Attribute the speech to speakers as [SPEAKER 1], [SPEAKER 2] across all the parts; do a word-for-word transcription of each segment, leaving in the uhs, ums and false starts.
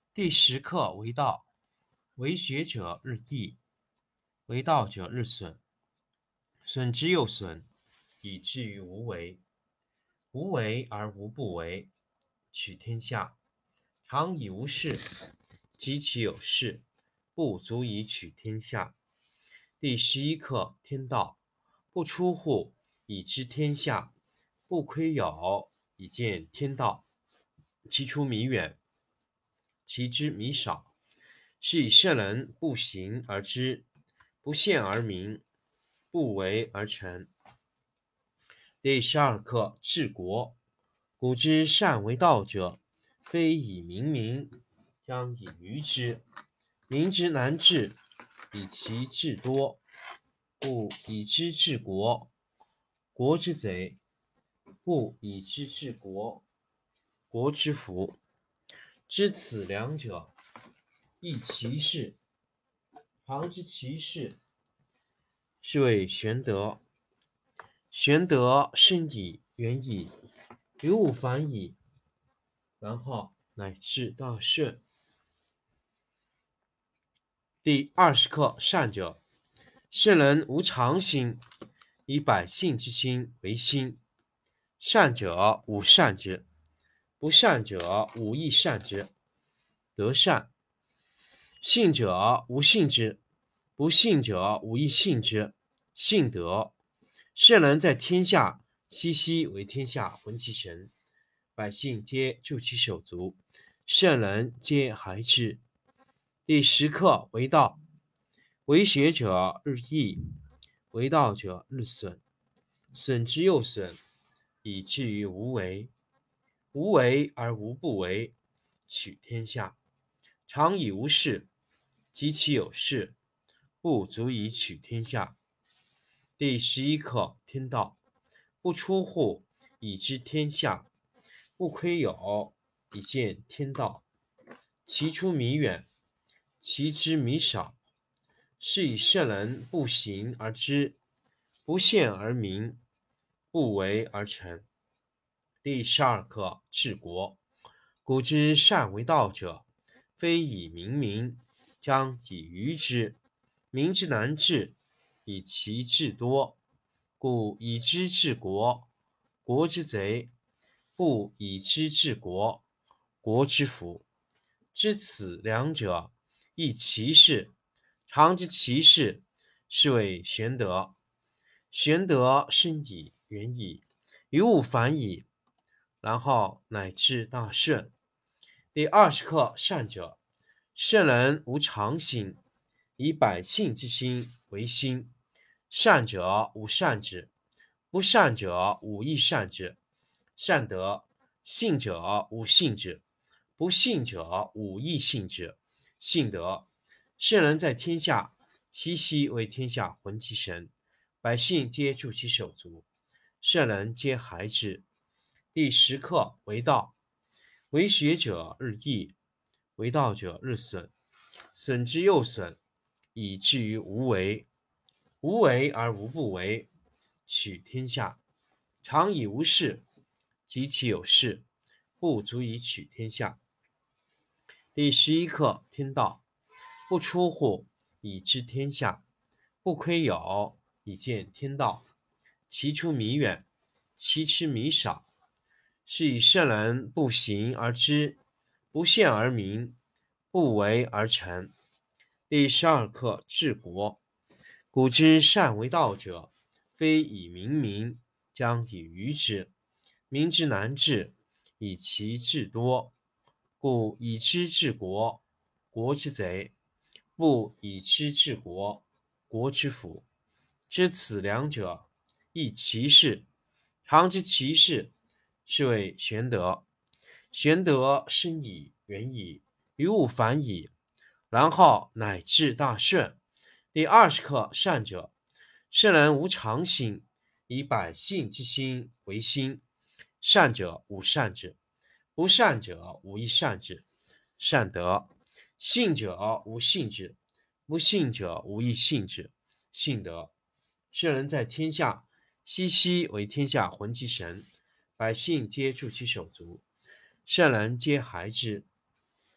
[SPEAKER 1] 第十课为道，为学者日益，为道者日损，损之又损，以至于无为。无为而无不为，取天下常以无事，及其有事，不足以取天下。第十一课天道，不出户，以知天下；不窥牖，以见天道。其出弥远，其知弥少。是以圣人不行而知，不见而明，不为而成。第十二课治国。古之善为道者，非以明民，将以愚之。民之难治，以其智多。故以知治国，国之贼；不以知治国，国之福。知此两者，亦其事。常知其事，是谓玄德。玄德深矣，远矣，于物反矣，然后乃至大顺。第二十课善者。圣人无常心，以百姓之心为心。善者无善之，不善者无亦善之，得善。信者无信之，不信者无亦信之，信德。圣人在天下，熙熙为天下浑其神，百姓皆助其手足，圣人皆孩之。第十课为道，为学者日益，为道者日损，损之又损，以至于无为。无为而无不为，取天下常以无事，及其有事，不足以取天下。第十一课天道，不出户，以知天下；不窥牖，以见天道。其出弥远，其知弥少。是以圣人不行而知，不见而明，不为而成。第十二课治国。古之善为道者，非以明民，将以愚之。民之难治，以其智多。故以知治国，国之贼；不以知治国，国之福。知此两者，亦其事。常知其事，是谓玄德。玄德深矣，远矣，于物反矣，然后乃至大顺。第二十课善者。圣人无常心，以百姓之心为心。善者无善之，不善者无亦善之，善德。信者无信之，不信者无亦信之，信德。圣人在天下，熙熙为天下浑其神，百姓皆助其手足，圣人皆孩之。第十课为道，为学者日益，为道者日损，损之又损，以至于无为。无为而无不为，取天下常以无事，及其有事，不足以取天下。第十一课天道，不出户，以知天下；不窥牖，以见天道。其出弥远，其知弥少。是以圣人不行而知，不见而明，不为而成。第十二课治国。古之善为道者，非以明民，将以愚之。民之难治，以其智多。故以知治国，国之贼；不以知治国，国之福。知此两者，亦其事。常知其事，是谓玄德。玄德深矣，远矣，于物反矣，然后乃至大顺。第二十课善者。圣人无常心，以百姓之心为心。善者无善之，不善者无亦善之，善德。信者无信之，不信者无亦信之，信德。圣人在天下，熙熙为天下浑其神，百姓皆助其手足，圣人皆孩之。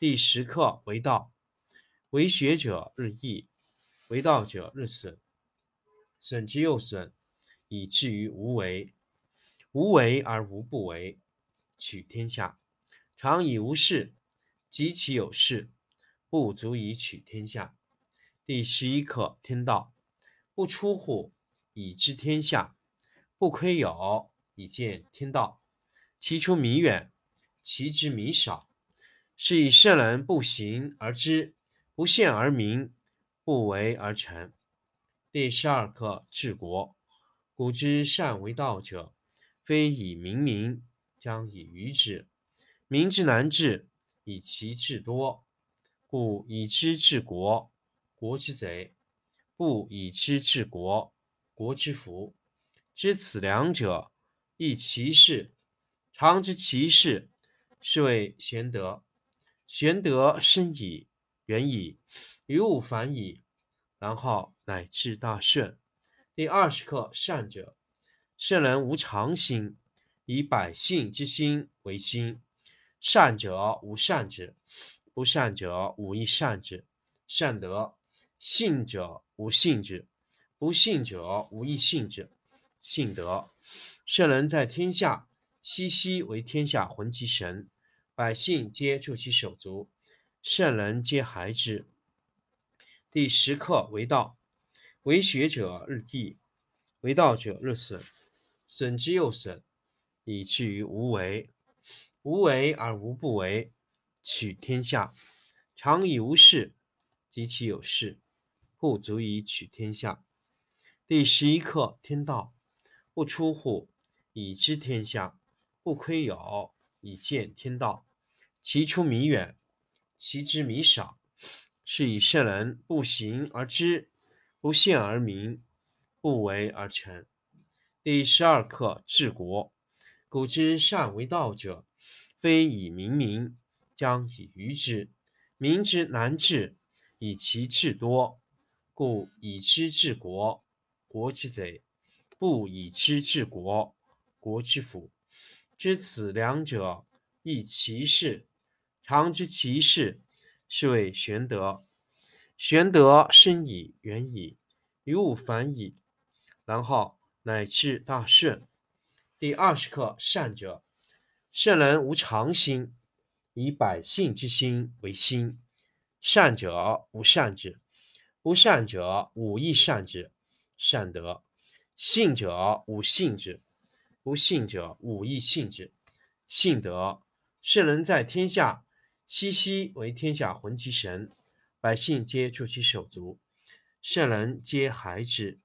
[SPEAKER 1] 第十课为道，为学者日益，为道者日损，损之又损，以至于无为。无为而无不为，取天下常以无事，及其有事，不足以取天下。第十一课天道，不出户，以知天下；不窥牖，以见天道。其出弥远，其知弥少。是以圣人不行而知，不见而明，不为而成。第十二课治国。古之善为道者，非以明民，将以愚之。民之难治，以其智多。故以知治国，国之贼；不以知治国，国之福。知此两者，亦其事。常知其事，是谓玄德。玄德深矣，远矣，于物反矣，然后乃至大顺。第二十课善者。圣人无常心，以百姓之心为心。善者无善之，不善者无亦善之。善德。信者无信之，不信者无亦信之。信德。圣人在天下，熙熙为天下浑其神，百姓皆助其手足，圣人皆孩之。第十课为道，为学者日益，为道者日损，损之又损，以至于无为。无为而无不为，取天下常以无事，及其有事，不足以取天下。第十一课天道，不出户，以知天下；不窥牖，以见天道。其出弥远，其知弥少。是以圣人不行而知，不见而明，不为而成。第十二课治国。古之善为道者，非以明民，将以愚之。民之难治，以其智多。故以知治国，国之贼；不以知治国，国之福。知此两者，亦其事。常知其事，是谓玄德。玄德深矣，远矣，于物反矣，然后乃至大顺。第二十课善者。圣人无常心，以百姓之心为心。善者无善之，不善者无亦善之。善德。信者无信之，不信者无亦信之。信德。圣人在天下，熙熙为天下浑其神，百姓皆助其手足，圣人皆孩之。